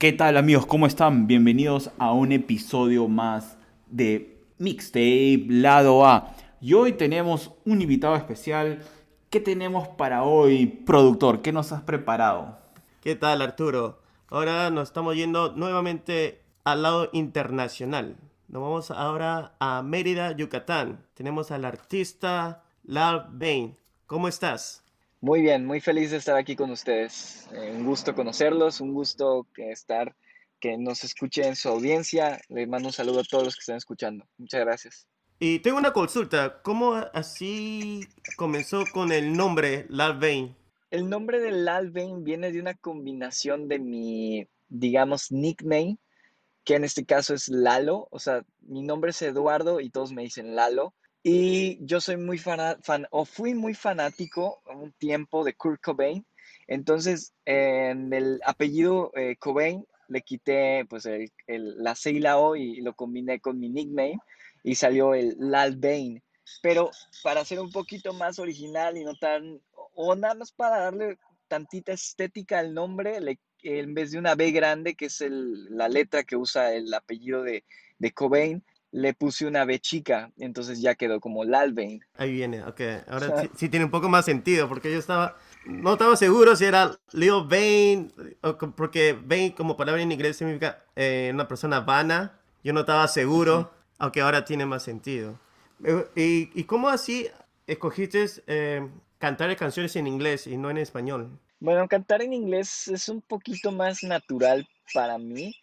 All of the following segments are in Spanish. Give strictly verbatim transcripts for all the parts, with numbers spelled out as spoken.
¿Qué tal amigos? ¿Cómo están? Bienvenidos a un episodio más de Mixtape Lado A. Y hoy tenemos un invitado especial. ¿Qué tenemos para hoy, productor? ¿Qué nos has preparado? ¿Qué tal, Arturo? Ahora nos estamos yendo nuevamente al lado internacional. Nos vamos ahora a Mérida, Yucatán. Tenemos al artista Lal Bain. ¿Cómo estás? Muy bien, muy feliz de estar aquí con ustedes. Eh, un gusto conocerlos, un gusto que estar, que nos escuche en su audiencia. Les mando un saludo a todos los que están escuchando. Muchas gracias. Y tengo una consulta. ¿Cómo así comenzó con el nombre Lal Bain? El nombre de Lal Bain viene de una combinación de mi, digamos, nickname, que en este caso es Lalo. O sea, mi nombre es Eduardo y todos me dicen Lalo. Y yo soy muy fan, fan o fui muy fanático un tiempo de Kurt Cobain. Entonces, en el apellido eh, Cobain le quité pues el, el- la C y la O y lo combiné con mi nickname y salió el Lal Bain. Pero para ser un poquito más original y no tan, o nada más para darle tantita estética al nombre, le, en vez de una B grande, que es el- la letra que usa el apellido de, de Cobain, le puse una B chica, entonces ya quedó como Lalbane. Ahí viene, ok. Ahora sí, sí tiene un poco más sentido porque yo estaba, no estaba seguro si era Lil Bain, o co- porque Bain como palabra en inglés significa eh, una persona vana. Yo no estaba Ujú. seguro, aunque ahora tiene más sentido. Eh, ¿Y, y cómo así escogiste eh, cantar canciones en inglés y no en español? Bueno, cantar en inglés es un poquito más natural para mí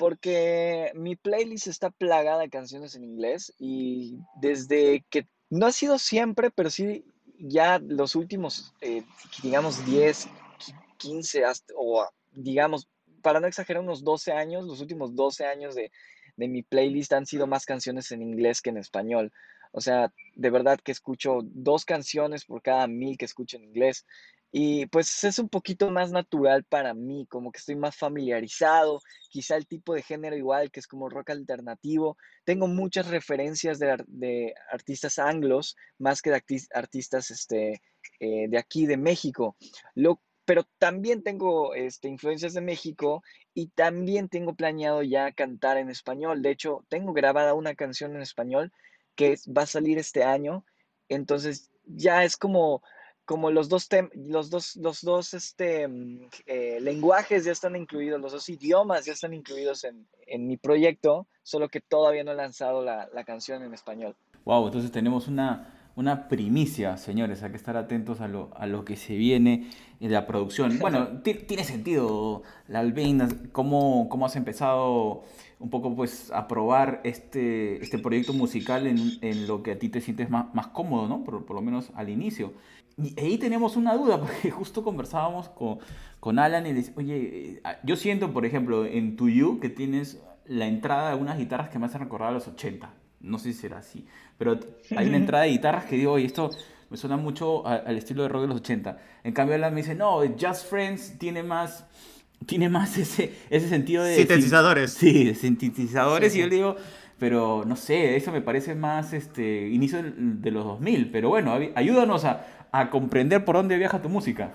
porque mi playlist está plagada de canciones en inglés y desde que no ha sido siempre, pero sí ya los últimos, eh, digamos, diez, quince hasta- o digamos, para no exagerar, unos doce años, los últimos doce años de, de mi playlist han sido más canciones en inglés que en español. O sea, de verdad que escucho dos canciones por cada mil que escucho en inglés. Y pues es un poquito más natural para mí, como que estoy más familiarizado, quizá el tipo de género igual, que es como rock alternativo. Tengo muchas referencias de, ar- de artistas anglos, más que de artis- artistas este, eh, de aquí, de México. Lo, pero también tengo este, influencias de México y también tengo planeado ya cantar en español. De hecho, tengo grabada una canción en español que es- va a salir este año. Entonces ya es como como los dos, tem los dos, los dos este, mm, eh, lenguajes ya están incluidos, los dos idiomas ya están incluidos en, en mi proyecto, solo que todavía no he lanzado la, la canción en español. Wow, entonces tenemos una, una primicia, señores. Hay que estar atentos a lo, a lo que se viene en la producción. Bueno, ti- tiene sentido, la Albina, cómo, cómo has empezado un poco pues a probar este, este proyecto musical en, en lo que a ti te sientes más, más cómodo, ¿no? Por, por lo menos al inicio. Y ahí tenemos una duda, porque justo conversábamos con, con Alan y le dice, oye, eh, yo siento, por ejemplo, en To You que tienes la entrada de unas guitarras que me hacen recordar a los ochenta. No sé si será así. Pero hay una entrada de guitarras que digo, oye, esto me suena mucho a- al estilo de rock de los ochenta. En cambio, Alan me dice, no, Just Friends tiene más, tiene más ese, ese sentido de, sin- Sintetizadores. sí, de sintetizadores. Y yo le digo, pero no sé, eso me parece más este, inicio del- de los dos mil. Pero bueno, avi- ayúdanos a, a comprender por dónde viaja tu música.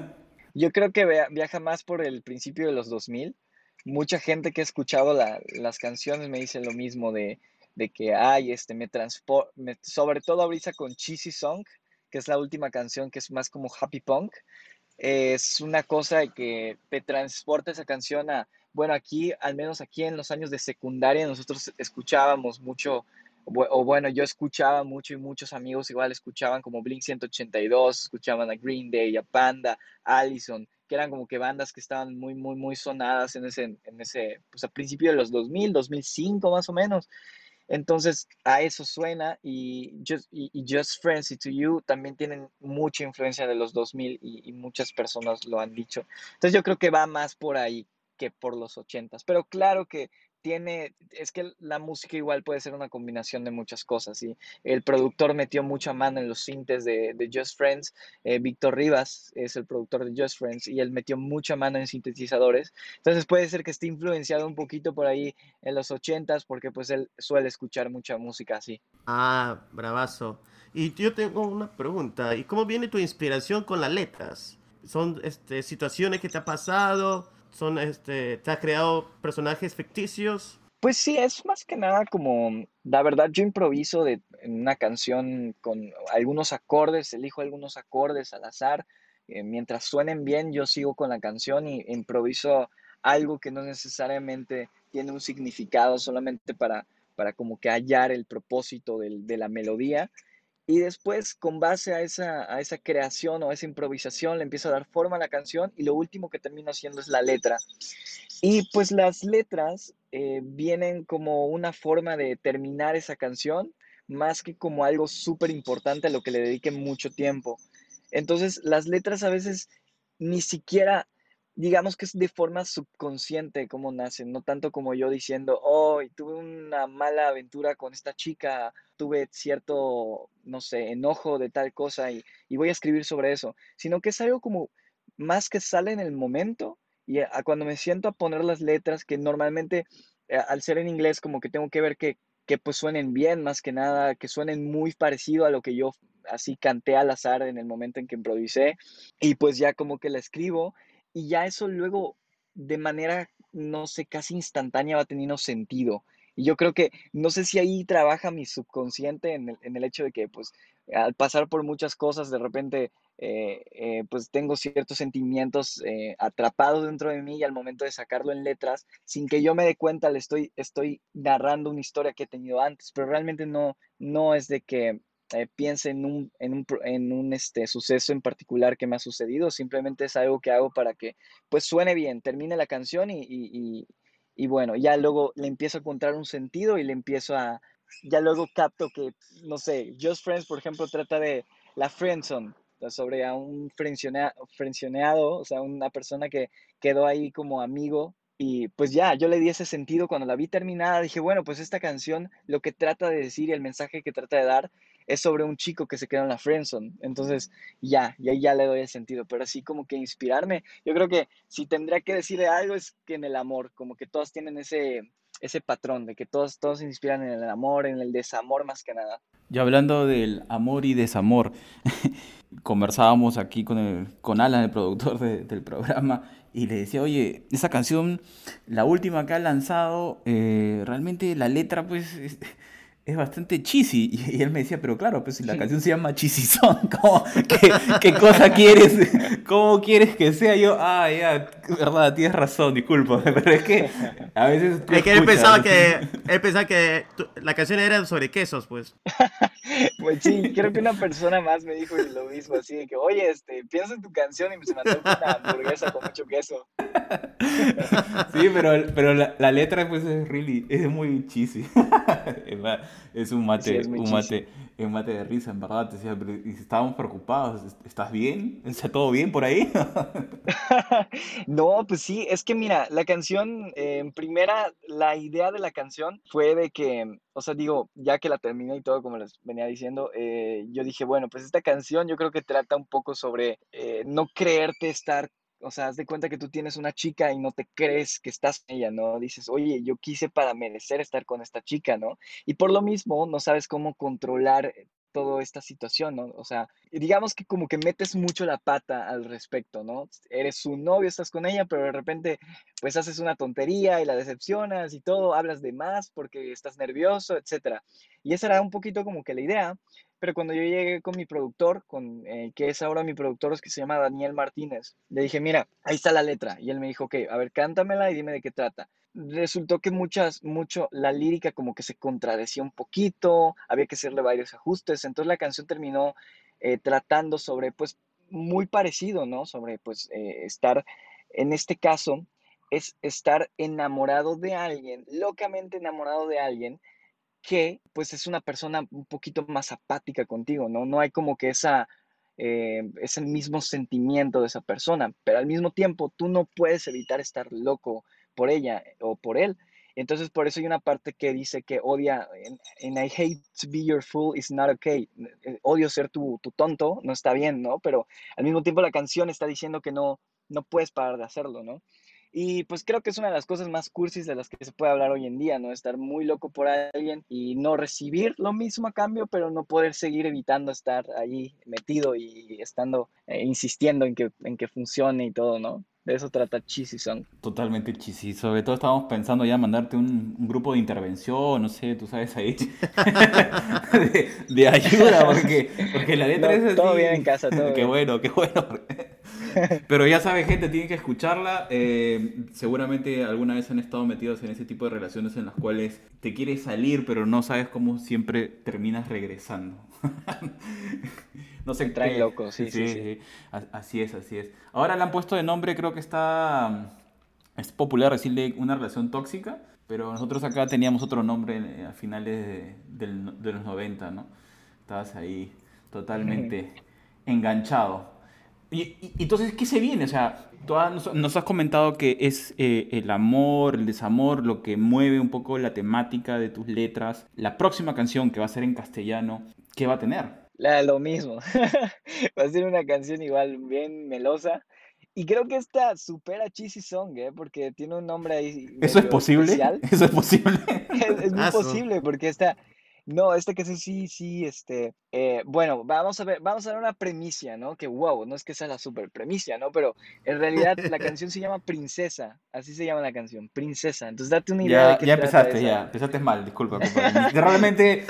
Yo creo que via- viaja más por el principio de los dos mil. Mucha gente que ha escuchado la- las canciones me dice lo mismo de, de que, ay, este, me transporta, sobre todo ahorita con Cheesy Song, que es la última canción que es más como happy punk. Es una cosa de que te transporta esa canción a, bueno, aquí, al menos aquí en los años de secundaria, nosotros escuchábamos mucho, bu- o bueno, yo escuchaba mucho y muchos amigos igual escuchaban como Blink ciento ochenta y dos, escuchaban a Green Day, a Panda, Allison, que eran como que bandas que estaban muy, muy, muy sonadas en ese, en ese, pues a principio de los dos mil, dos mil cinco más o menos. Entonces, a eso suena y Just, y, y Just Friends y To You también tienen mucha influencia de los dos mil y, y muchas personas lo han dicho. Entonces, yo creo que va más por ahí que por los ochentas. Pero claro que tiene, es que la música igual puede ser una combinación de muchas cosas. Y el productor metió mucha mano en los sintes de, de Just Friends. Eh, Víctor Rivas es el productor de Just Friends y él metió mucha mano en sintetizadores. Entonces, puede ser que esté influenciado un poquito por ahí en los ochentas, porque pues él suele escuchar mucha música así. Ah, bravazo. Y yo tengo una pregunta. ¿Y cómo viene tu inspiración con las letras? ¿Son este, situaciones que te ha pasado? son, este, te has creado personajes ficticios? Pues sí, es más que nada como, la verdad, yo improviso de, en una canción con algunos acordes, elijo algunos acordes al azar, eh, mientras suenen bien, yo sigo con la canción y improviso algo que no necesariamente tiene un significado, solamente para, para como que hallar el propósito del- de la melodía. Y después, con base a esa, a esa creación o esa improvisación, le empiezo a dar forma a la canción y lo último que termino haciendo es la letra. Y pues las letras eh, vienen como una forma de terminar esa canción, más que como algo súper importante a lo que le dedique mucho tiempo. Entonces, las letras a veces ni siquiera, digamos que es de forma subconsciente como nacen, no tanto como yo diciendo, oh, tuve una mala aventura con esta chica, tuve cierto, no sé, enojo de tal cosa y, y voy a escribir sobre eso, sino que es algo como más que sale en el momento y a, a cuando me siento a poner las letras, que normalmente eh, al ser en inglés como que tengo que ver que, que pues suenen bien más que nada, que suenen muy parecido a lo que yo así canté al azar en el momento en que improvisé y pues ya como que la escribo y ya eso luego de manera, no sé, casi instantánea va teniendo sentido. Y yo creo que, no sé si ahí trabaja mi subconsciente en el, en el hecho de que pues al pasar por muchas cosas de repente eh, eh, pues tengo ciertos sentimientos eh, atrapados dentro de mí y al momento de sacarlo en letras, sin que yo me dé cuenta, le estoy, estoy narrando una historia que he tenido antes, pero realmente no, no es de que eh, piense en un, en un, pro- en un este, suceso en particular que me ha sucedido, simplemente es algo que hago para que pues suene bien, termine la canción y, y, y, y bueno, ya luego le empiezo a encontrar un sentido y le empiezo a, ya luego capto que, no sé, Just Friends, por ejemplo, trata de la friendzone, sobre a un frencionea- frencioneado, o sea, una persona que quedó ahí como amigo. Y pues ya, yo le di ese sentido cuando la vi terminada. Dije, bueno, pues esta canción lo que trata de decir y el mensaje que trata de dar es sobre un chico que se quedó en la friendzone. Entonces, ya, y ahí ya le doy el sentido. Pero así como que inspirarme, yo creo que si tendría que decir algo es que en el amor, como que todas tienen ese, ese patrón de que todos, todos se inspiran en el amor, en el desamor más que nada. Y hablando del amor y desamor, conversábamos aquí con, el, con Alan, el productor de- del programa, y le decía, oye, esa canción, la última que ha lanzado, eh, realmente la letra pues es, es bastante cheesy. Y, y él me decía, pero claro, pues si la canción se llama Cheesy Song, ¿cómo, qué, qué cosa quieres? ¿Cómo quieres que sea? Yo, ah, ya, verdad, tienes razón, disculpa, pero es que a veces tú Es que él escuchas. pensaba que, él pensaba que tu- la canción era sobre quesos, pues. Pues sí, creo que una persona más me dijo lo mismo, así de que, oye, este, piensa en tu canción y se me antoja una hamburguesa con mucho queso. Sí, pero, pero la, la letra pues es really, es muy cheesy. Es ma- es un Sí, es mate, muy un cheesy. mate, un mate de risa, en verdad. Te decía, pero- y estábamos preocupados. ¿est- ¿Estás bien? ¿Está todo bien por ahí? No, pues sí, es que mira, la canción, eh, en primera, la idea de la canción fue de que, o sea, digo, ya que la terminé y todo, como les venía diciendo, eh, yo dije, bueno, pues esta canción yo creo que trata un poco sobre eh, no creerte estar, o sea, haz de cuenta que tú tienes una chica y no te crees que estás con ella, ¿no? Dices, oye, yo quise para merecer estar con esta chica, ¿no? Y por lo mismo no sabes cómo controlar toda esta situación, ¿no? O sea, digamos que como que metes mucho la pata al respecto, ¿no? Eres su novio, estás con ella, pero de repente pues haces una tontería y la decepcionas y todo, hablas de más porque estás nervioso, etcétera. Y esa era un poquito como que la idea, pero cuando yo llegué con mi productor, con, eh, que es ahora mi productor, es que se llama Daniel Martínez, le dije, mira, ahí está la letra. Y él me dijo, ok, a ver, cántamela y dime de qué trata. Resultó que muchas, mucho, la lírica como que se contradecía un poquito, había que hacerle varios ajustes, entonces la canción terminó eh, tratando sobre, pues, muy parecido, ¿no? Sobre, pues, eh, estar, en este caso, es estar enamorado de alguien, locamente enamorado de alguien que, pues, es una persona un poquito más apática contigo, ¿no? No hay como que esa, eh, ese mismo sentimiento de esa persona, pero al mismo tiempo tú no puedes evitar estar loco por ella eh, o por él. Entonces, por eso hay una parte que dice que odia, en, en I hate to be your fool is not okay. Eh, Odio ser tu, tu tonto, no está bien, ¿no? Pero al mismo tiempo la canción está diciendo que no, no puedes parar de hacerlo, ¿no? Y pues creo que es una de las cosas más cursis de las que se puede hablar hoy en día, ¿no? Estar muy loco por alguien y no recibir lo mismo a cambio, pero no poder seguir evitando estar allí metido y estando, eh, insistiendo en que, en que funcione y todo, ¿no? De eso trata Cheesy Song. Totalmente chis. Sobre todo estábamos pensando ya mandarte un, un grupo de intervención, no sé, tú sabes ahí, de, de ayuda, porque, porque la letra No, es todo bien en así. casa, todo Qué bien. bueno, qué bueno. Pero ya sabes, gente, tiene que escucharla. Eh, seguramente alguna vez han estado metidos en ese tipo de relaciones en las cuales te quieres salir, pero no sabes cómo siempre terminas regresando. No Me sé traen qué. loco, Sí, sí, sí, sí. sí, a- así es, así es. Ahora le han puesto de nombre, creo que está. Es popular decirle una relación tóxica, pero nosotros acá teníamos otro nombre eh, a finales de, del- de los noventa, ¿no? Estabas ahí totalmente enganchado. Y, y- entonces, ¿qué se viene? O sea, tú has- nos, nos has comentado que es eh, el amor, el desamor, lo que mueve un poco la temática de tus letras. La próxima canción que va a ser en castellano, ¿qué va a tener? La, lo mismo. Va a ser una canción igual bien melosa. Y creo que esta supera Cheesy Song, ¿eh? Porque tiene un nombre ahí ¿Eso es medio posible? especial. ¿Eso es posible? Es, es muy Aso. posible porque esta, no, esta que sí, sí, sí, este, eh, bueno, vamos a ver, vamos a ver una premisa, ¿no? Que wow, no es que sea la super premisa, ¿no? Pero en realidad la canción se llama Princesa, así se llama la canción, Princesa. Entonces date una idea de Ya, qué ya trata empezaste, esa. ya. Empezaste mal, disculpa, compadre. Ni- Realmente,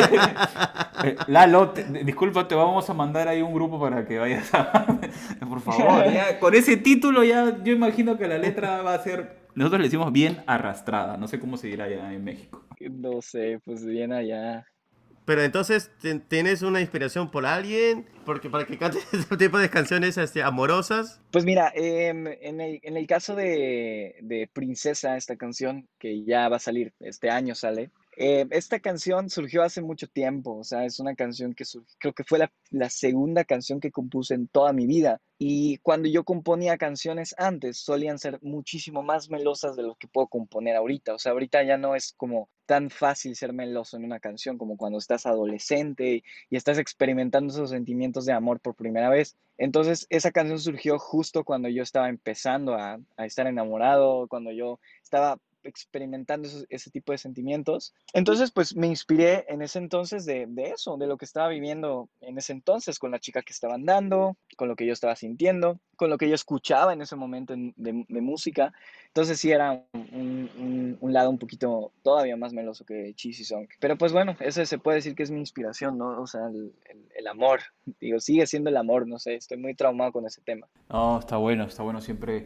eh, Lalo, te- disculpa, te vamos a mandar ahí un grupo para que vayas a... Por favor, ya, con ese título ya, yo imagino que la letra va a ser, nosotros le decimos bien arrastrada, no sé cómo se dirá allá en México. No sé, pues bien allá. Pero entonces, ¿ten- ¿tienes una inspiración por alguien? Porque para que cantes este tipo de canciones este, amorosas. Pues mira, em, en el, en el caso de, de Princesa, esta canción que ya va a salir, este año sale, eh, esta canción surgió hace mucho tiempo, o sea, es una canción que sur- creo que fue la, la segunda canción que compuse en toda mi vida. Y cuando yo componía canciones antes, solían ser muchísimo más melosas de lo que puedo componer ahorita. O sea, ahorita ya no es como tan fácil ser meloso en una canción como cuando estás adolescente y estás experimentando esos sentimientos de amor por primera vez. Entonces, esa canción surgió justo cuando yo estaba empezando a, a estar enamorado, cuando yo estaba experimentando esos- ese tipo de sentimientos. Entonces, pues me inspiré en ese entonces de, de eso, de lo que estaba viviendo en ese entonces, con la chica que estaba andando, con lo que yo estaba sintiendo, con lo que yo escuchaba en ese momento en- de, de música. Entonces sí era un, un- un- un lado un poquito todavía más meloso que Cheesy Song. Pero pues bueno, ese se puede decir que es mi inspiración, ¿no? O sea, el, el- el amor. Digo, sigue siendo el amor, no sé, estoy muy traumado con ese tema. No, está bueno, está bueno siempre.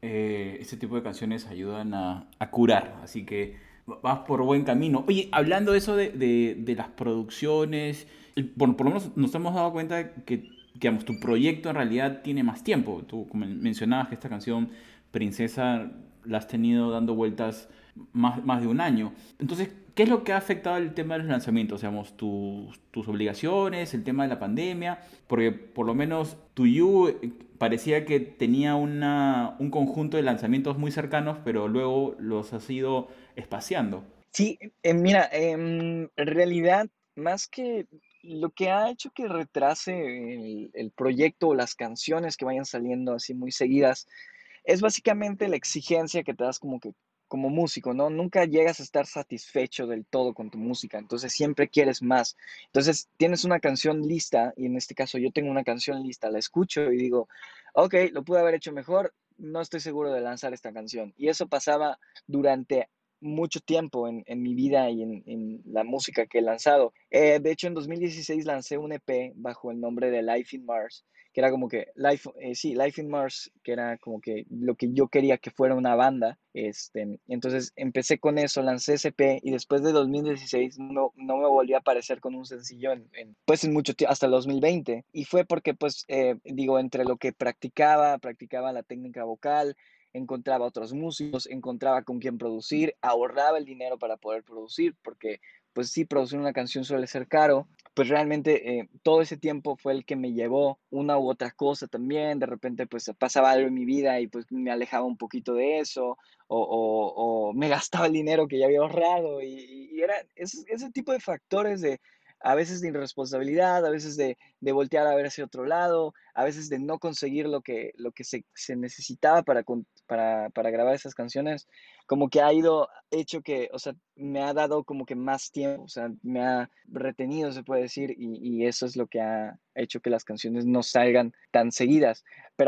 Eh, este tipo de canciones ayudan a, a curar, así que vas por buen camino. Oye, hablando de eso de, de- de las producciones, el- bueno, por lo menos nos hemos dado cuenta que, que, digamos, tu proyecto en realidad tiene más tiempo. Tú como mencionabas que esta canción Princesa la has tenido dando vueltas más, más de un año. Entonces, ¿qué es lo que ha afectado el tema de los lanzamientos? Digamos, tus, tus obligaciones, el tema de la pandemia, porque por lo menos To You eh, parecía que tenía una, un conjunto de lanzamientos muy cercanos, pero luego los has ido espaciando. Sí, eh, mira, em, en realidad, más que lo que ha hecho que retrase el, el proyecto o las canciones que vayan saliendo así muy seguidas, es básicamente la exigencia que te das como que como músico, ¿no? Nunca llegas a estar satisfecho del todo con tu música, entonces siempre quieres más. Entonces tienes una canción lista, y en este caso yo tengo una canción lista, la escucho y digo, ok, lo pude haber hecho mejor, no estoy seguro de lanzar esta canción. Y eso pasaba durante mucho tiempo en, en mi vida y en, en la música que he lanzado. Eh, de hecho, en dos mil dieciséis lancé un E P bajo el nombre de Life in Mars, que era como que Life, eh, sí, Life in Mars, que era como que lo que yo quería que fuera una banda. Este, entonces empecé con eso, lancé ese P y después de dos mil dieciséis no, no me volví a aparecer con un sencillo en, en, pues en mucho tiempo, hasta el dos mil veinte. Y fue porque, pues, eh, digo, entre lo que practicaba, practicaba la técnica vocal, encontraba otros músicos, encontraba con quién producir, ahorraba el dinero para poder producir, porque pues sí, producir una canción suele ser caro, pues realmente eh, todo ese tiempo fue el que me llevó una u otra cosa también, de repente pues pasaba algo en mi vida y pues me alejaba un poquito de eso, o, o, o me gastaba el dinero que ya había ahorrado, y, y era ese, ese, tipo de factores de a veces de irresponsabilidad, a veces de, de voltear a ver hacia otro lado, a veces de no conseguir lo que, lo que se, se necesitaba para, para, para grabar esas canciones, como que ha ido hecho que, o sea, me ha dado como que más tiempo, o sea, me ha retenido, se puede decir, y, y eso es lo que ha hecho que las canciones no salgan tan seguidas. Pero ahora,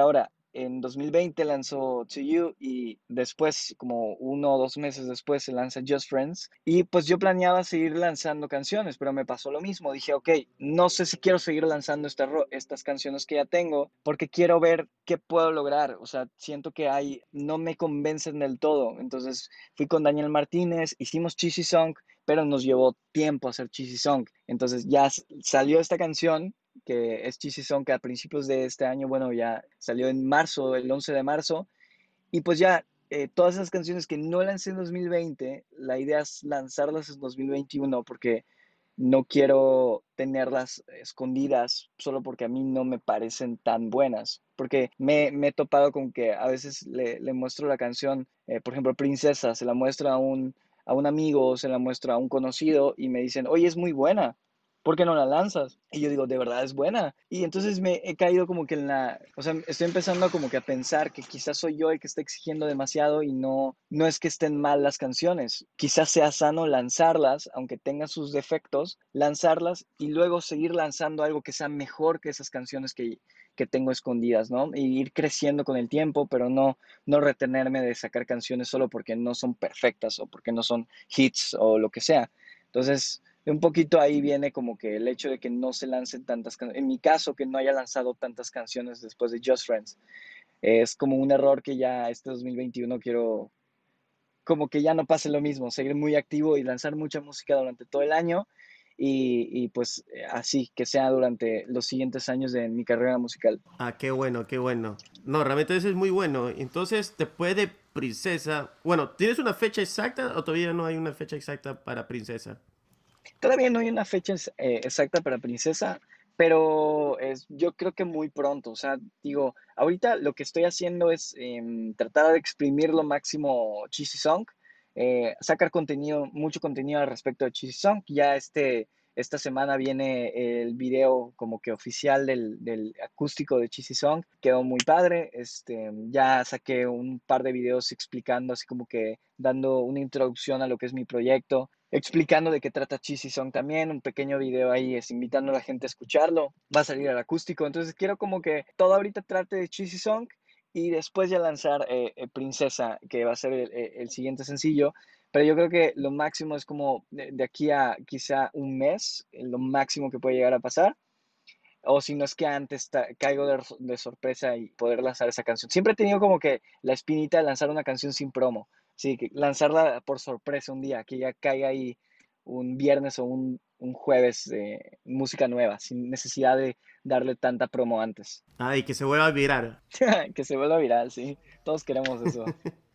en dos mil veinte lanzó To You y después, como uno o dos meses después, se lanza Just Friends. Y pues yo planeaba seguir lanzando canciones, pero me pasó lo mismo. Dije, ok, no sé si quiero seguir lanzando esta ro- estas canciones que ya tengo porque quiero ver qué puedo lograr. O sea, siento que hay, no me convencen del todo. Entonces fui con Daniel Martínez, hicimos Cheesy Song, pero nos llevó tiempo hacer Cheesy Song. Entonces ya s- salió esta canción que es Cheesy Song, que a principios de este año, bueno, ya salió en marzo, el once de marzo, y pues ya eh, todas esas canciones que no lancé en dos mil veinte, la idea es lanzarlas en dos mil veintiuno porque no quiero tenerlas escondidas solo porque a mí no me parecen tan buenas. Porque me, me he topado con que a veces le, le muestro la canción, eh, por ejemplo, Princesa, se la muestro a un, a un amigo, se la muestro a un conocido y me dicen, oye, es muy buena. ¿Por qué no la lanzas? Y yo digo, de verdad es buena. Y entonces me he caído como que en la, o sea, estoy empezando como que a pensar que quizás soy yo el que está exigiendo demasiado y no, no es que estén mal las canciones. Quizás sea sano lanzarlas, aunque tengan sus defectos, lanzarlas y luego seguir lanzando algo que sea mejor que esas canciones que, que tengo escondidas, ¿no? Y ir creciendo con el tiempo, pero no, no retenerme de sacar canciones solo porque no son perfectas o porque no son hits o lo que sea. Entonces, un poquito ahí viene como que el hecho de que no se lancen tantas canciones, en mi caso, que no haya lanzado tantas canciones después de Just Friends, es como un error que ya este dos mil veintiuno quiero, como que ya no pase lo mismo, seguir muy activo y lanzar mucha música durante todo el año y, y pues eh, así, que sea durante los siguientes años de mi carrera musical. Ah, qué bueno, qué bueno. No, realmente eso es muy bueno. Entonces, después de Princesa, bueno, ¿tienes una fecha exacta o todavía no hay una fecha exacta para Princesa? Todavía no hay una fecha eh, exacta para Princesa, pero es, yo creo que muy pronto. O sea, digo, ahorita lo que estoy haciendo es em, tratar de exprimir lo máximo Cheesy Song, eh, sacar contenido, mucho contenido al respecto de Cheesy Song. Ya este, esta semana viene el video como que oficial del, del acústico de Cheesy Song. Quedó muy padre. Este, ya saqué un par de videos explicando, así como que dando una introducción a lo que es mi proyecto, explicando de qué trata Cheesy Song también, un pequeño video ahí es invitando a la gente a escucharlo, va a salir al acústico, entonces quiero como que todo ahorita trate de Cheesy Song y después ya lanzar eh, eh, Princesa, que va a ser el, el, siguiente sencillo, pero yo creo que lo máximo es como de, de aquí a quizá un mes, lo máximo que puede llegar a pasar, o si no es que antes ta- caigo de, de sorpresa y poder lanzar esa canción. Siempre he tenido como que la espinita de lanzar una canción sin promo, sí, que lanzarla por sorpresa un día, que ya caiga ahí un viernes o un, un jueves de música nueva, sin necesidad de darle tanta promo antes. Ah, y que se vuelva a virar. Que se vuelva viral, sí, todos queremos eso.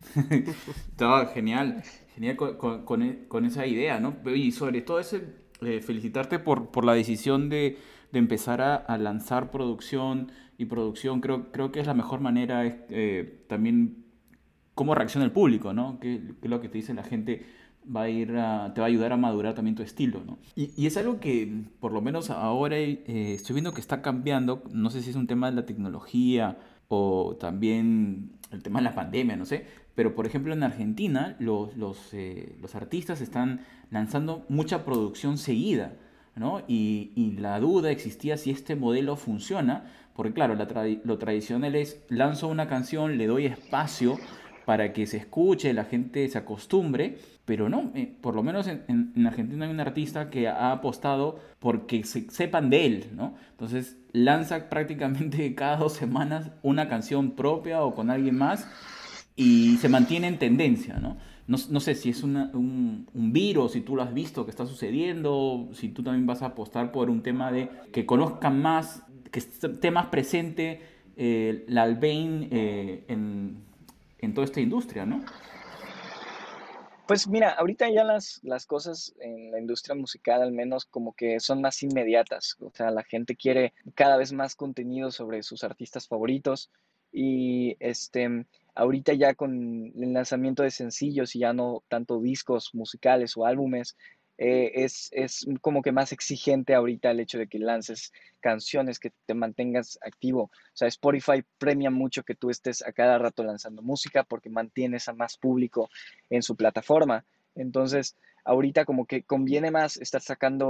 Estaba genial, genial con, con- con e- con esa idea, ¿no? Y sobre todo ese, eh, felicitarte por, por la decisión de, de empezar a, a lanzar producción y producción. Creo, creo que es la mejor manera, es, eh, también cómo reacciona el público, ¿no? ¿Qué, qué es lo que te dice la gente? Va a ir a- te va a ayudar a madurar también tu estilo, ¿no? Y, y es algo que, por lo menos ahora, eh, estoy viendo que está cambiando. No sé si es un tema de la tecnología o también el tema de la pandemia, no sé. Pero, por ejemplo, en Argentina, los, los, eh, los artistas están lanzando mucha producción seguida, ¿no? Y, y la duda existía si este modelo funciona, porque claro, la tradi- lo tradicional es lanzo una canción, le doy espacio para que se escuche, la gente se acostumbre, pero no, eh, por lo menos en, en- en Argentina hay un artista que ha apostado porque se, sepan de él, ¿no? Entonces lanza prácticamente cada dos semanas una canción propia o con alguien más y se mantiene en tendencia, ¿no? No, no sé si es una- un, un virus, si tú lo has visto que está sucediendo, si tú también vas a apostar por un tema de que conozcan más, que esté más presente eh, la Albane eh, en, en toda esta industria, ¿no? Pues mira, ahorita ya las, las cosas en la industria musical al menos como que son más inmediatas. O sea, la gente quiere cada vez más contenido sobre sus artistas favoritos y este, ahorita ya con el lanzamiento de sencillos y ya no tanto discos musicales o álbumes, eh, es, es como que más exigente ahorita el hecho de que lances canciones, que te mantengas activo. O sea, Spotify premia mucho que tú estés a cada rato lanzando música porque mantienes a más público en su plataforma. Entonces, ahorita como que conviene más estar sacando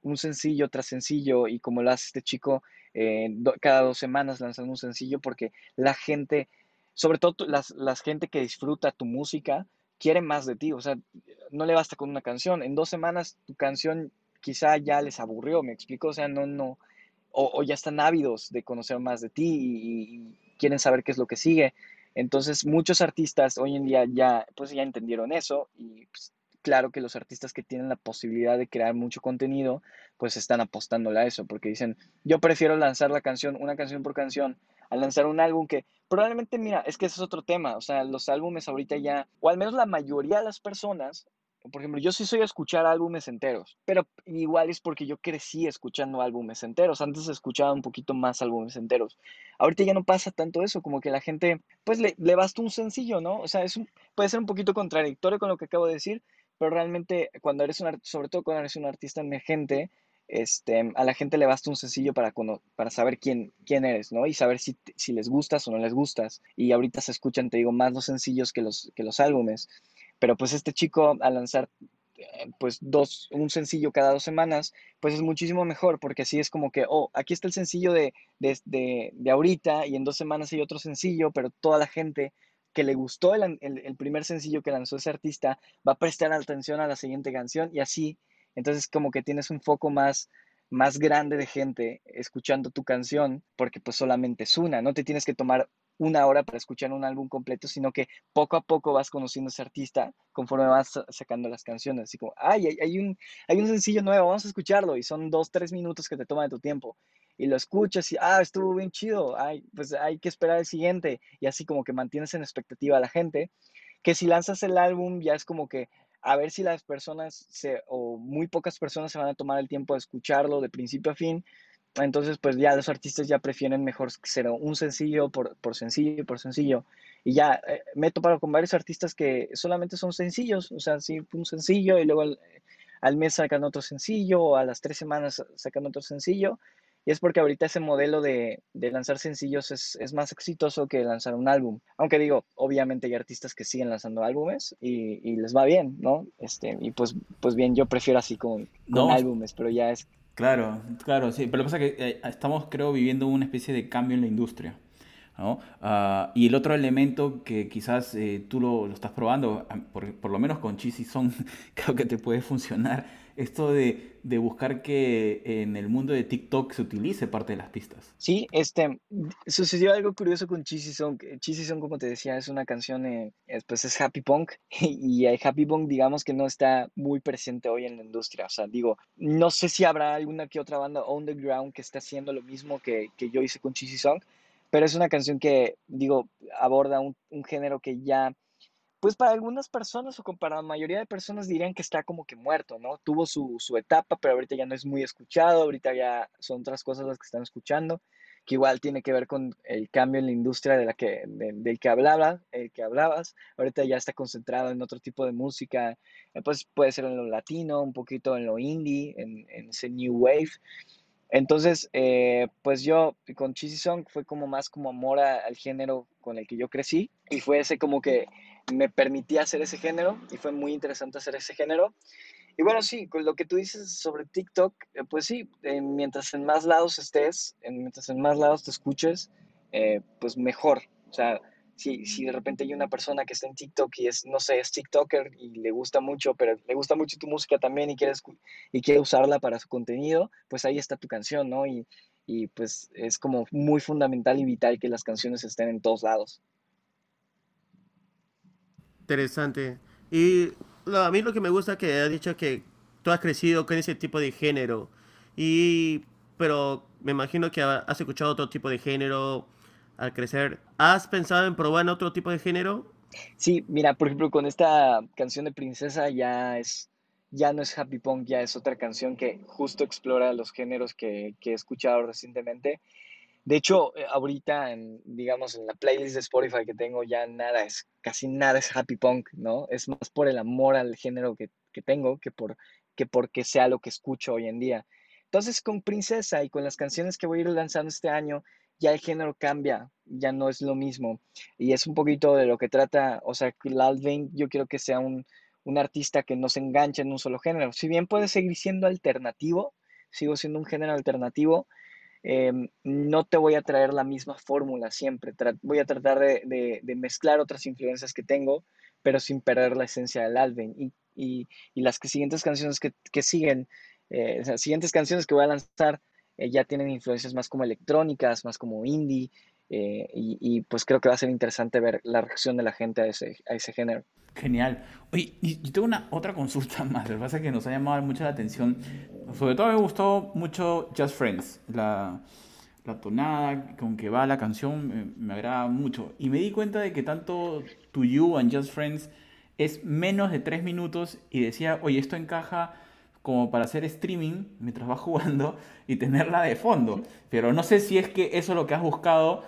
un sencillo tras sencillo y como lo hace este chico, eh, do- cada dos semanas lanzando un sencillo porque la gente, sobre todo tu- las, las gente que disfruta tu música, quiere más de ti. O sea, no le basta con una canción. En dos semanas tu canción quizá ya les aburrió, ¿me explico? O sea, no, no, o, o ya están ávidos de conocer más de ti y, y quieren saber qué es lo que sigue. Entonces, muchos artistas hoy en día ya, pues ya entendieron eso y pues, claro que los artistas que tienen la posibilidad de crear mucho contenido, pues están apostándole a eso, porque dicen, yo prefiero lanzar la canción, una canción por canción, a lanzar un álbum que probablemente, mira, es que ese es otro tema, o sea, los álbumes ahorita ya, o al menos la mayoría de las personas, por ejemplo, yo sí soy a escuchar álbumes enteros, pero igual es porque yo crecí escuchando álbumes enteros. Antes escuchaba un poquito más álbumes enteros. Ahorita ya no pasa tanto eso, como que la gente, pues le, le basta un sencillo, ¿no? O sea, es un, puede ser un poquito contradictorio con lo que acabo de decir, pero realmente cuando eres un, ar- sobre todo cuando eres un artista emergente, este, a la gente le basta un sencillo para, cono- para saber quién, quién eres, ¿no? Y saber si, te- si les gustas o no les gustas. Y ahorita se escuchan, te digo, más los sencillos que los, que los álbumes. Pero pues este chico al lanzar eh, pues dos, un sencillo cada dos semanas, pues es muchísimo mejor, porque así es como que, oh, aquí está el sencillo de, de, de, de ahorita y en dos semanas hay otro sencillo, pero toda la gente que le gustó el, el, el primer sencillo que lanzó ese artista va a prestar atención a la siguiente canción y así, entonces como que tienes un foco más, más grande de gente escuchando tu canción, porque pues solamente es una, no te tienes que tomar una hora para escuchar un álbum completo, sino que poco a poco vas conociendo a ese artista conforme vas sacando las canciones. Así como, ay, hay, hay un, hay un sencillo nuevo, vamos a escucharlo. Y son dos, tres minutos que te toma de tu tiempo. Y lo escuchas y, ah, estuvo bien chido. Ay, pues hay que esperar el siguiente. Y así como que mantienes en expectativa a la gente. Que si lanzas el álbum ya es como que a ver si las personas se, o muy pocas personas se van a tomar el tiempo de escucharlo de principio a fin. Entonces, pues ya los artistas ya prefieren mejor ser un sencillo por, por sencillo por sencillo. Y ya eh, me he topado con varios artistas que solamente son sencillos, o sea, sí, un sencillo y luego al, al mes sacan otro sencillo o a las tres semanas sacan otro sencillo. Y es porque ahorita ese modelo de, de lanzar sencillos es, es, más exitoso que lanzar un álbum. Aunque digo, obviamente hay artistas que siguen lanzando álbumes y, y les va bien, ¿no? Este, y pues, pues bien, yo prefiero así con, con No, álbumes, pero ya es. claro, claro, sí, pero lo que pasa es que eh, estamos, creo, viviendo una especie de cambio en la industria, ¿no? Ah, y el otro elemento que quizás eh, tú lo, lo estás probando, ah, por, por lo menos con Cheesy Song, creo que te puede funcionar, esto de, de buscar que en el mundo de TikTok se utilice parte de las pistas. Sí, este, sucedió algo curioso con Cheesy Song. que Cheesy Song, como te decía, es una canción, eh, es, pues es happy punk y el happy punk, digamos que no está muy presente hoy en la industria. O sea, digo, no sé si habrá alguna que otra banda underground que esté haciendo lo mismo que, que yo hice con Cheesy Song, pero es una canción que, digo, aborda un, un género que ya pues para algunas personas o para la mayoría de personas dirían que está como que muerto, ¿no? Tuvo su, su etapa, pero ahorita ya no es muy escuchado, ahorita ya son otras cosas las que están escuchando, que igual tiene que ver con el cambio en la industria de la que, de- del que hablaba, el que hablabas, ahorita ya está concentrado en otro tipo de música, eh, pues puede ser en lo latino, un poquito en lo indie, en, en ese new wave, entonces, eh, pues yo con Cheesy Song fue como más como amor a- al género con el que yo crecí y fue ese como que me permitía hacer ese género y fue muy interesante hacer ese género. Y bueno, sí, con lo que tú dices sobre TikTok, eh, pues sí, eh, mientras en más lados estés, en- mientras en más lados te escuches, eh, pues mejor. O sea, si, si de repente hay una persona que está en TikTok y es, no sé, es TikToker y le gusta mucho, pero le gusta mucho tu música también y quiere, escu- y quiere usarla para su contenido, pues ahí está tu canción, ¿no? Y, y pues es como muy fundamental y vital que las canciones estén en todos lados. Interesante. Y lo- a mí lo que me gusta que has dicho que tú has crecido con ese tipo de género. Y pero me imagino que ha- has escuchado otro tipo de género al crecer. ¿Has pensado en probar en otro tipo de género? Sí, mira, por ejemplo, con esta canción de Princesa ya es, ya no es happy punk, ya es otra canción que justo explora los géneros que, que he escuchado recientemente. De hecho, eh, ahorita, en, digamos, en la playlist de Spotify que tengo, ya nada es, casi nada es happy punk, ¿no? Es más por el amor al género que, que tengo que por que porque sea lo que escucho hoy en día. Entonces, con Princesa y con las canciones que voy a ir lanzando este año, ya el género cambia, ya no es lo mismo. Y es un poquito de lo que trata, o sea, que Lal Vane, yo quiero que sea un, un artista que no se enganche en un solo género. Si bien puede seguir siendo alternativo, sigo siendo un género alternativo, eh, no te voy a traer la misma fórmula siempre. Tra- voy a tratar de, de- de mezclar otras influencias que tengo, pero sin perder la esencia del álbum. Y, y- y las que, siguientes canciones que, que siguen, eh, las siguientes canciones que voy a lanzar, eh, ya tienen influencias más como electrónicas, más como indie. eh, y, y, pues creo que va a ser interesante ver la reacción de la gente a ese, a ese género. Genial. Oye, y yo tengo una otra consulta más. Lo que pasa es que nos ha llamado mucho la atención. Sobre todo me gustó mucho Just Friends. La, la tonada con que va la canción me, me agrada mucho. Y me di cuenta de que tanto To You and Just Friends es menos de tres minutos. Y decía, oye, esto encaja como para hacer streaming mientras vas jugando y tenerla de fondo. Pero no sé si es que eso es lo que has buscado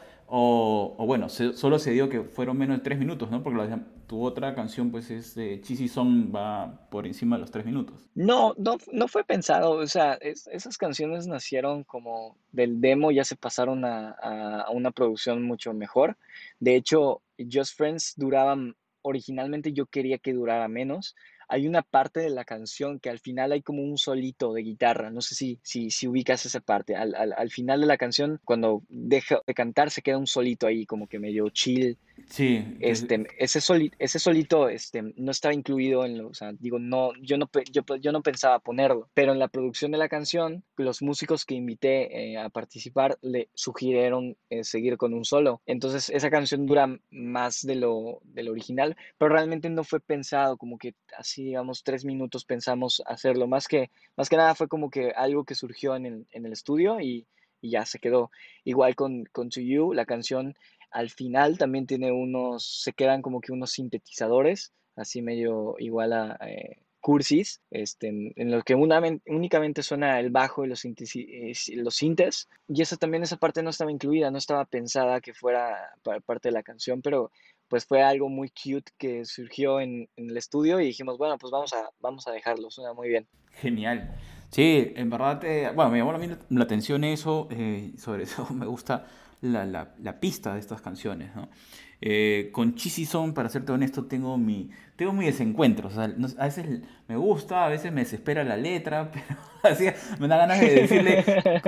o, o bueno, se- solo se dio que fueron menos de tres minutos, ¿no? Porque la- tu otra canción, pues, es de Cheesy Song, va por encima de los tres minutos. No, no, no fue pensado, o sea, es- esas canciones nacieron como del demo, ya se pasaron a, a- a una producción mucho mejor. De hecho, Just Friends duraban, originalmente yo quería que durara menos. Hay una parte de la canción que al final hay como un solito de guitarra, no sé si, si, si ubicas esa parte. Al, al, al final de la canción, cuando deja de cantar, se queda un solito ahí, como que medio chill. Sí, que- Este, ese soli ese solito, este, no estaba incluido en lo, o sea, digo, no, yo no, pe- yo, pe- yo no pensaba ponerlo, pero en la producción de la canción, los músicos que invité eh, a participar le sugirieron eh, seguir con un solo. Entonces, esa canción dura más de lo, del original, pero realmente no fue pensado como que así, digamos, tres minutos pensamos hacerlo. Más que, más que nada fue como que algo que surgió en el, en el estudio y, y ya se quedó. Igual con, con To You, la canción al final también tiene unos, se quedan como que unos sintetizadores, así medio igual a eh, cursis, este, en, en los que una- únicamente suena el bajo y los, sintesi- eh, los sintes. Y esa también, esa parte no estaba incluida, no estaba pensada que fuera pa- parte de la canción, pero pues fue algo muy cute que surgió en, en el estudio y dijimos, bueno, pues vamos a, vamos a dejarlo, suena muy bien. genial. Sí, en verdad, eh, bueno, me llamó a mí la, la atención eso, eh, sobre eso me gusta la, la- la pista de estas canciones, ¿no? Eh, con Cheesy Song, para serte honesto, tengo mi, tengo mi desencuentro. O sea, no- a veces me gusta, a veces me desespera la letra, pero así me da ganas de decirle,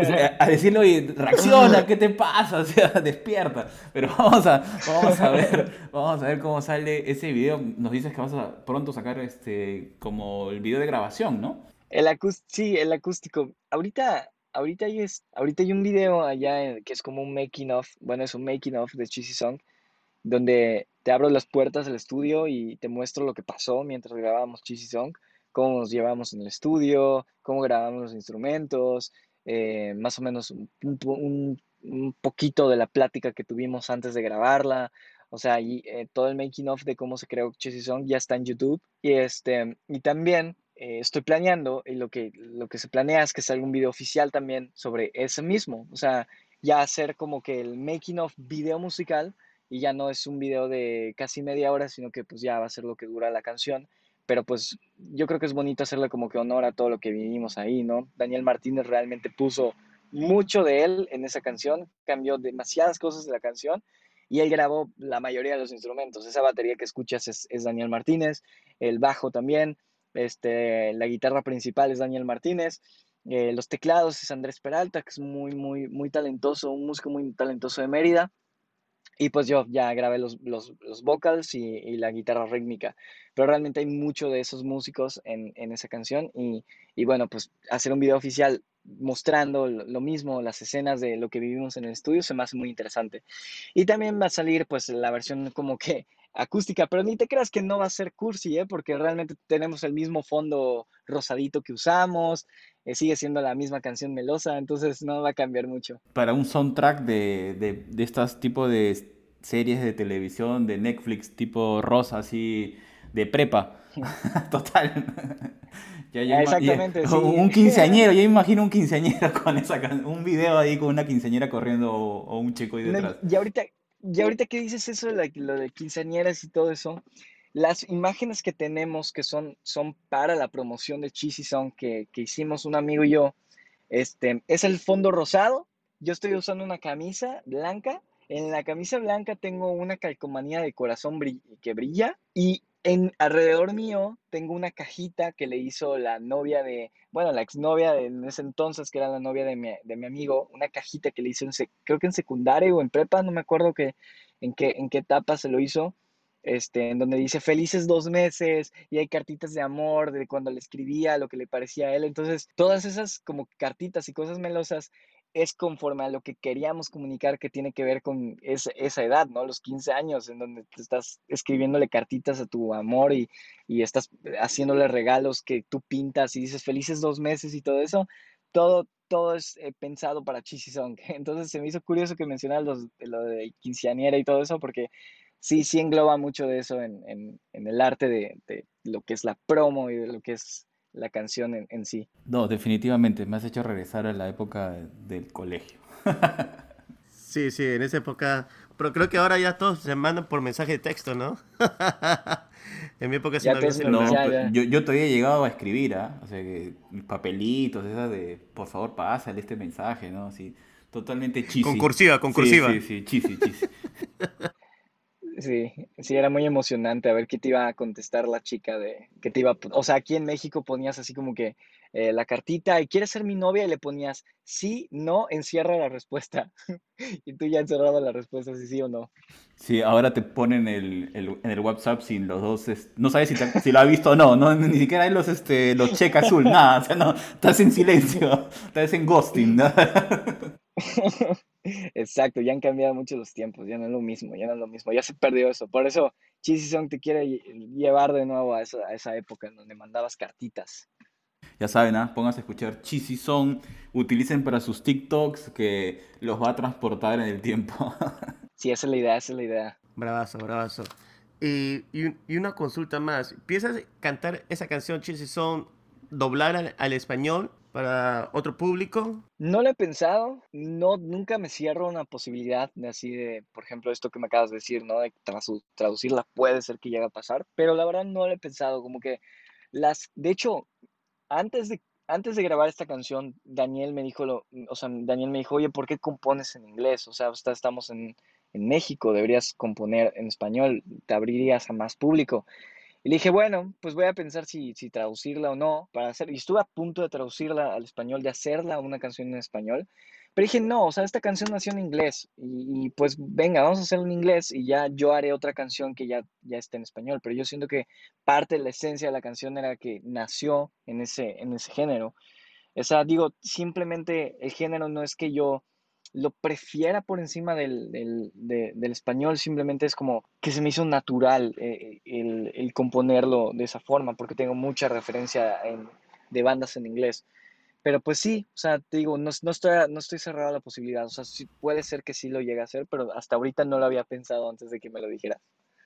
a decirle, oye, reacciona, ¿qué te pasa? O sea, despierta. Pero vamos a, vamos a ver, vamos a ver cómo sale ese video. Nos dices que vas a pronto sacar este, como el video de grabación, ¿no? El acús- sí, el acústico. Ahorita, ahorita hay, es, ahorita hay un video allá en- que es como un making of, bueno, es un making of de Cheesy Song, donde te abro las puertas del estudio y te muestro lo que pasó mientras grabábamos Cheesy Song, cómo nos llevamos en el estudio, cómo grabamos los instrumentos, eh, más o menos un, un po- un- un poquito de la plática que tuvimos antes de grabarla. O sea, y, eh, todo el making of de cómo se creó Cheesy Song ya está en YouTube. Y, este, y también eh, estoy planeando, y lo que, lo que se planea es que salga un video oficial también sobre ese mismo. O sea, ya hacer como que el making of video musical y ya no es un video de casi media hora, sino que pues ya va a ser lo que dura la canción. Pero pues yo creo que es bonito hacerle como que honor a todo lo que vivimos ahí, ¿no? Daniel Martínez realmente puso mucho de él en esa canción, cambió demasiadas cosas de la canción y él grabó la mayoría de los instrumentos. Esa batería que escuchas es, es Daniel Martínez, el bajo también, este, la guitarra principal es Daniel Martínez, eh, los teclados es Andrés Peralta, que es muy, muy, muy talentoso, un músico muy talentoso de Mérida. Y pues yo ya grabé los, los, los vocals y, y la guitarra rítmica, pero realmente hay mucho de esos músicos en, en esa canción y, y bueno, pues hacer un video oficial mostrando lo, lo mismo, las escenas de lo que vivimos en el estudio se me hace muy interesante. Y también va a salir pues la versión como que acústica, pero ni te creas que no va a ser cursi, ¿eh? Porque realmente tenemos el mismo fondo rosadito que usamos, eh, sigue siendo la misma canción melosa, entonces no va a cambiar mucho. Para un soundtrack de, de, de estas tipo de series de televisión, de Netflix, tipo Rosa, así, de prepa. Total. Ya, ya Ah, ima- ya- exactamente, sí. un quinceañero, yo imagino un quinceañero con esa can- un video ahí con una quinceañera corriendo o, o un chico ahí No, detrás. y ahorita, y ahorita que dices eso, la- lo de quinceañeras y todo eso, las imágenes que tenemos que son, son para la promoción de Cheesy Song que, que hicimos un amigo y yo, este, es el fondo rosado. Yo estoy usando una camisa blanca. En la camisa blanca tengo una calcomanía de corazón brill- que brilla y en alrededor mío tengo una cajita que le hizo la novia de, bueno, la exnovia de en ese entonces, que era la novia de mi, de mi amigo, una cajita que le hizo en, sec- creo que en secundaria o en prepa, no me acuerdo que, en qué, en qué etapa se lo hizo, este, en donde dice felices dos meses y hay cartitas de amor de cuando le escribía, lo que le parecía a él. Entonces, todas esas como cartitas y cosas melosas es conforme a lo que queríamos comunicar, que tiene que ver con esa, esa edad, ¿no? Los quince años, en donde te estás escribiéndole cartitas a tu amor y, y estás haciéndole regalos que tú pintas y dices felices dos meses y todo eso, todo, todo es eh, pensado para Cheesy Song. Entonces se me hizo curioso que mencionaras los, lo de quinceañera y todo eso, porque sí, sí engloba mucho de eso en, en, en el arte de, de lo que es la promo y de lo que es la canción en, en sí. No, definitivamente, me has hecho regresar a la época de- del colegio. Sí, sí, en esa época. Pero creo que ahora ya todos se mandan por mensaje de texto, ¿no? En mi época sí Ya no había todos, me- celular. No, ya, pe- ya. yo, yo todavía he llegado a escribir, ¿ah? O sea, que mis papelitos, esas de, por favor, pásale este mensaje, ¿no? Sí, totalmente Con cheesy. cursiva, con Sí, sí, cursiva. sí, cheesy, cheesy. Sí, sí, era muy emocionante a ver qué te iba a contestar la chica de, qué te iba a, o sea, aquí en México ponías así como que eh, la cartita y quieres ser mi novia y le ponías sí, no, encierra la respuesta. Y tú ya encerrabas la respuesta si sí o no. Sí, ahora te ponen el, el- en el WhatsApp sin los dos, es- no sabes si, te- si lo ha visto o no, no, ni siquiera hay los, este, los check azul, nada, o sea, no, estás en silencio, estás en ghosting, ¿no? Exacto, ya han cambiado mucho los tiempos, ya no es lo mismo, ya no es lo mismo, ya se perdió eso. Por eso Cheesy Song te quiere lle- llevar de nuevo a esa, a esa época en donde mandabas cartitas. Ya saben, ¿ah? Pónganse a escuchar Cheesy Song, utilicen para sus TikToks que los va a transportar en el tiempo. Sí, esa es la idea, esa es la idea. Bravazo, bravazo. Y, y, un- y una consulta más. ¿Piensas cantar esa canción Cheesy Song doblar al, al español para otro público? No lo he pensado, no, nunca me cierro una posibilidad de así de, por ejemplo, esto que me acabas de decir, ¿no? De trasu- traducirla puede ser que llegue a pasar, pero la verdad no lo he pensado, como que las, de hecho, antes de, antes de grabar esta canción, Daniel me dijo, lo, o sea, Daniel me dijo, oye, ¿por qué compones en inglés? O sea, está- estamos en, en México, deberías componer en español, te abrirías a más público. Y le dije, bueno, pues voy a pensar si, si traducirla o no para hacer. Y estuve a punto de traducirla al español, de hacerla una canción en español. Pero dije, no, o sea, esta canción nació en inglés. Y, y, pues venga, vamos a hacerla en inglés y ya yo haré otra canción que ya, ya esté en español. Pero yo siento que parte de la esencia de la canción era que nació en ese, en ese género. O sea, digo, simplemente el género no es que yo lo prefiera por encima del, del, de- del español, simplemente es como que se me hizo natural eh, el, el componerlo de esa forma, porque tengo mucha referencia en- de bandas en inglés. Pero pues sí, o sea, te digo, no, no estoy, no estoy cerrado a la posibilidad, o sea, sí, puede ser que sí lo llegue a hacer, pero hasta ahorita no lo había pensado antes de que me lo dijeras.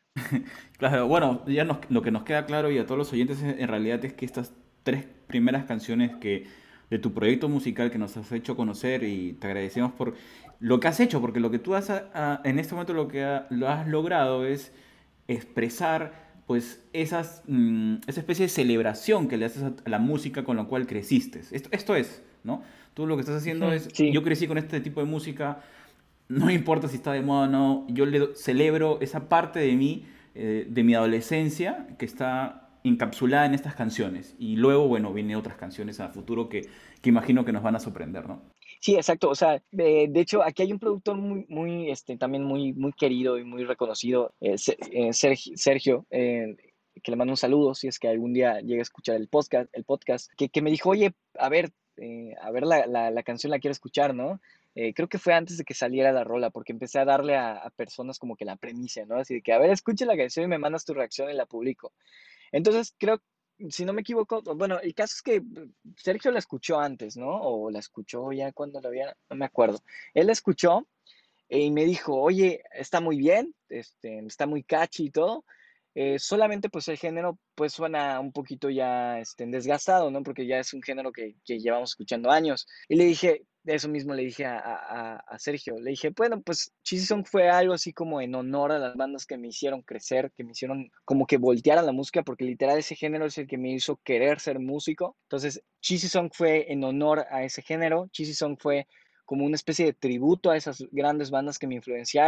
Claro, bueno, ya nos- lo que nos queda claro y a todos los oyentes en en realidad es que estas tres primeras canciones que de tu proyecto musical que nos has hecho conocer y te agradecemos por lo que has hecho, porque lo que tú has a- a- en este momento lo que ha- lo has logrado es expresar pues esas, mm, esa especie de celebración que le haces a a la música con la cual creciste. Esto, esto es, ¿no? Tú lo que estás haciendo Ujú, es, sí, yo crecí con este tipo de música, no me importa si está de moda o no, yo le celebro esa parte de mí, eh, de mi adolescencia, que está encapsulada en estas canciones. Y luego, bueno, vienen otras canciones a futuro que, que imagino que nos van a sorprender, ¿no? sí, exacto. O sea, de, de hecho, aquí hay un productor muy, muy, este, también muy, muy querido y muy reconocido, eh, Se- eh, Sergi- Sergio, eh, que le mando un saludo si es que algún día llega a escuchar el podcast, el podcast, que, que me dijo, oye, a ver, eh, a ver la, la, la canción la quiero escuchar, ¿no? Eh, creo que fue antes de que saliera la rola, porque empecé a darle a, a personas como que la premisa, ¿no? Así de que, a ver, escucha la canción y me mandas tu reacción y la publico. Entonces, creo, si no me equivoco, bueno, el caso es que mm, Sergio la escuchó antes, ¿no? O la escuchó ya cuando la había, no me acuerdo. Él la escuchó eh, y me dijo, oye, está muy bien, este, está muy catchy y todo. Eh, solamente pues el género pues suena un poquito ya este, desgastado, ¿no? Porque ya es un género que, que llevamos escuchando años. Y le dije, eso mismo le dije a, a- a Sergio, le dije, bueno, pues Cheesy Song fue algo así como en honor a las bandas que me hicieron crecer, que me hicieron como que voltear a la música, porque literal ese género es el que me hizo querer ser músico. Entonces, Cheesy Song fue en honor a ese género, Cheesy Song fue como una especie de tributo a esas grandes bandas que me influenciaron.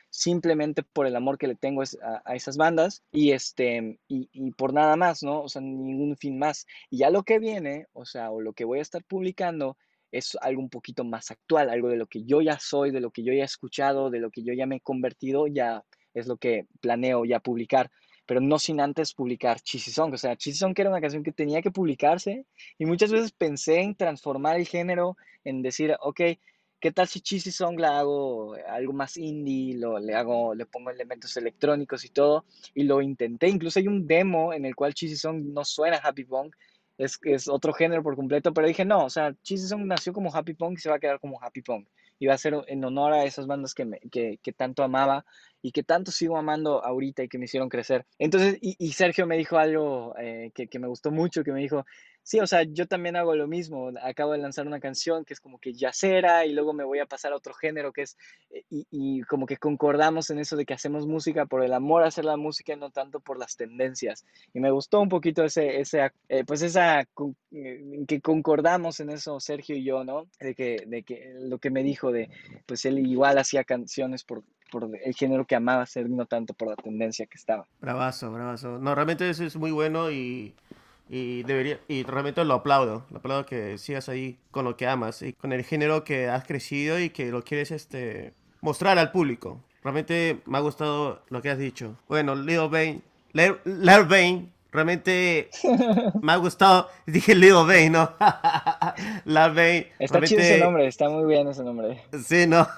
simplemente por el amor que le tengo es- a, a esas bandas y, este, y, y por nada más, ¿no? O sea, ningún fin más. Y ya lo que viene, o sea, o lo que voy a estar publicando es algo un poquito más actual, algo de lo que yo ya soy, de lo que yo ya he escuchado, de lo que yo ya me he convertido, ya es lo que planeo ya publicar, pero no sin antes publicar Cheesy Song. O sea, Cheesy Song que era una canción que tenía que publicarse y muchas veces pensé en transformar el género, en decir, ok, ¿qué tal si Cheesy Song la hago algo más indie, lo, le hago, le pongo elementos electrónicos y todo? Y lo intenté, incluso hay un demo en el cual Cheesy Song no suena Happy Punk, es, es otro género por completo, pero dije, no, o sea, Cheesy Song nació como Happy Punk y se va a quedar como Happy Punk. Y va a ser en honor a esas bandas que, me, que, que tanto amaba y que tanto sigo amando ahorita y que me hicieron crecer. Entonces, y, y Sergio me dijo algo eh, que, que me gustó mucho, que me dijo, sí, o sea, yo también hago lo mismo. Acabo de lanzar una canción que es como que yacera y luego me voy a pasar a otro género que es, eh, y, y como que concordamos en eso de que hacemos música por el amor a hacer la música y no tanto por las tendencias. Y me gustó un poquito ese, ese eh, pues esa, con- eh, que concordamos en eso Sergio y yo, ¿no? De que, de que lo que me dijo de, pues él igual hacía canciones por, por el género que amaba hacer, no tanto por la tendencia que estaba. Bravazo, bravazo. No, realmente eso es muy bueno y, y debería, y realmente lo aplaudo. Lo aplaudo que sigas ahí con lo que amas y con el género que has crecido y que lo quieres este mostrar al público. Realmente me ha gustado lo que has dicho. Bueno, Lil Bane, Lil, Lil Bane, realmente me ha gustado. Dije Lil Bane, ¿no? Lil Bane, Está chido ese realmente, nombre, está muy bien ese nombre. sí, ¿no?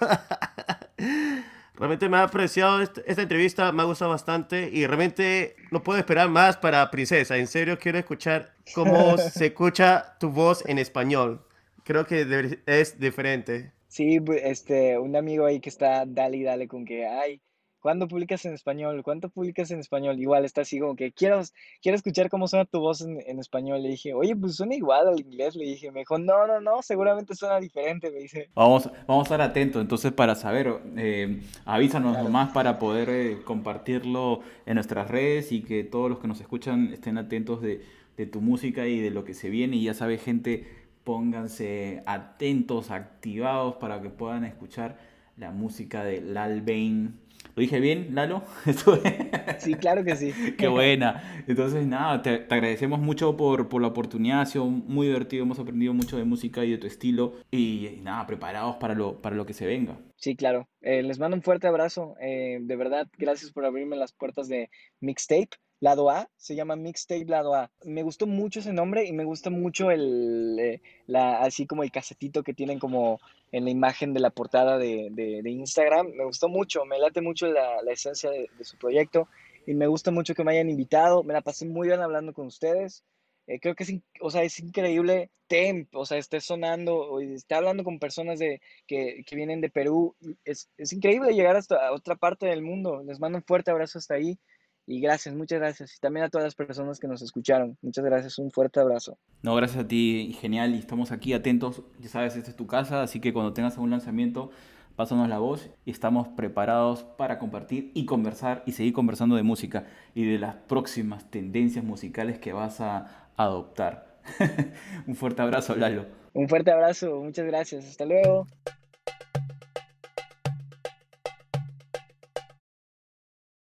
Realmente me ha apreciado est- esta entrevista, me ha gustado bastante y realmente no puedo esperar más para Princesa. En serio, quiero escuchar cómo se escucha tu voz en español. Creo que deber- es diferente. Sí, pu- este, un amigo ahí que está dale y dale con que, ay, ¿cuándo publicas en español? ¿Cuándo publicas en español? Igual está así como que quiero, quiero escuchar cómo suena tu voz en, en español. Le dije, oye, pues suena igual al inglés. Le dije, me dijo, no, no, no, seguramente suena diferente. Me dice, Vamos, vamos a estar atentos entonces para saber, eh, avísanos claro. nomás para poder eh, compartirlo en nuestras redes y que todos los que nos escuchan estén atentos de, de tu música y de lo que se viene. Y ya sabes, gente, pónganse atentos, activados para que puedan escuchar la música de Lal Bane. ¿Lo dije bien, Lalo? Estuve- Sí, claro que sí. Qué buena. Entonces, nada, te, te agradecemos mucho por, por la oportunidad. Ha sido muy divertido. Hemos aprendido mucho de música y de tu estilo. Y, y nada, preparados para lo, para lo que se venga. Sí, claro. Eh, les mando un fuerte abrazo. Eh, de verdad, gracias por abrirme las puertas de Mixtape. Lado A, se llama Mixtape Lado A. Me gustó mucho ese nombre y me gusta mucho el, eh, la, así como el casetito que tienen como en la imagen de la portada de, de- de Instagram. Me gustó mucho, me late mucho la, la esencia de, de su proyecto y me gusta mucho que me hayan invitado. Me la pasé muy bien hablando con ustedes. Eh, creo que es, in- o sea, es increíble Temp, o sea, esté sonando, o esté hablando con personas de que, que vienen de Perú. Es, es increíble llegar hasta a otra parte del mundo. Les mando un fuerte abrazo hasta ahí y gracias, muchas gracias. Y también a todas las personas que nos escucharon. Muchas gracias, un fuerte abrazo. No, gracias a ti, genial. Y estamos aquí atentos. Ya sabes, esta es tu casa. Así que cuando tengas algún lanzamiento, pásanos la voz. Y estamos preparados para compartir y conversar y seguir conversando de música y de las próximas tendencias musicales que vas a adoptar. Un fuerte abrazo, Lalo. Un fuerte abrazo, muchas gracias. Hasta luego.